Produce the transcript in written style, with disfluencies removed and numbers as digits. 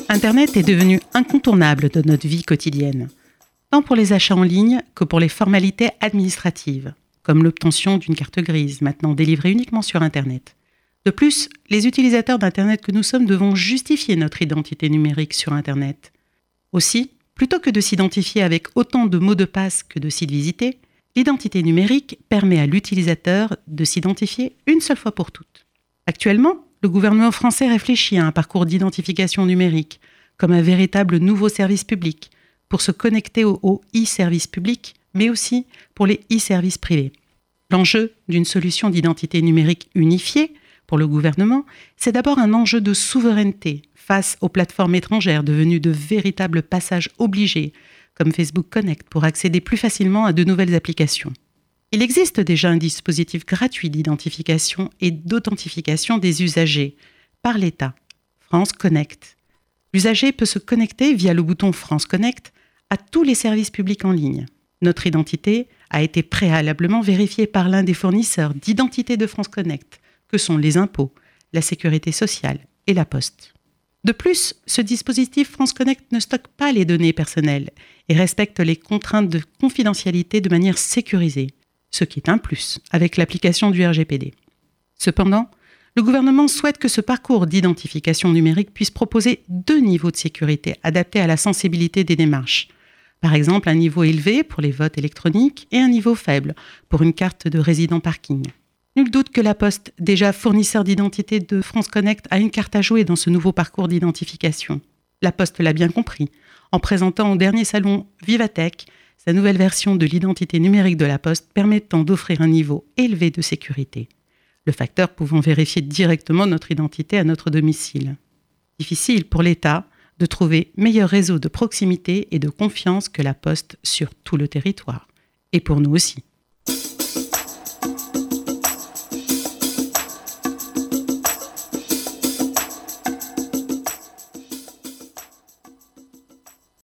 Internet est devenu incontournable de notre vie quotidienne, tant pour les achats en ligne que pour les formalités administratives, comme l'obtention d'une carte grise, maintenant délivrée uniquement sur Internet. De plus, les utilisateurs d'Internet que nous sommes devons justifier notre identité numérique sur Internet. Aussi, plutôt que de s'identifier avec autant de mots de passe que de sites visités, l'identité numérique permet à l'utilisateur de s'identifier une seule fois pour toutes. Actuellement, le gouvernement français réfléchit à un parcours d'identification numérique comme un véritable nouveau service public pour se connecter aux e-services publics, mais aussi pour les e-services privés. L'enjeu d'une solution d'identité numérique unifiée pour le gouvernement, c'est d'abord un enjeu de souveraineté face aux plateformes étrangères devenues de véritables passages obligés, comme Facebook Connect, pour accéder plus facilement à de nouvelles applications. Il existe déjà un dispositif gratuit d'identification et d'authentification des usagers par l'État, France Connect. L'usager peut se connecter via le bouton France Connect à tous les services publics en ligne. Notre identité a été préalablement vérifiée par l'un des fournisseurs d'identité de France Connect, que sont les impôts, la sécurité sociale et la poste. De plus, ce dispositif France Connect ne stocke pas les données personnelles et respecte les contraintes de confidentialité de manière sécurisée, ce qui est un plus avec l'application du RGPD. Cependant, le gouvernement souhaite que ce parcours d'identification numérique puisse proposer 2 niveaux de sécurité adaptés à la sensibilité des démarches. Par exemple, un niveau élevé pour les votes électroniques et un niveau faible pour une carte de résident parking. Nul doute que la Poste, déjà fournisseur d'identité de France Connect, a une carte à jouer dans ce nouveau parcours d'identification. La Poste l'a bien compris, en présentant au dernier salon Vivatech sa nouvelle version de l'identité numérique de la Poste permettant d'offrir un niveau élevé de sécurité, le facteur pouvant vérifier directement notre identité à notre domicile. Difficile pour l'État de trouver meilleur réseau de proximité et de confiance que la Poste sur tout le territoire. Et pour nous aussi.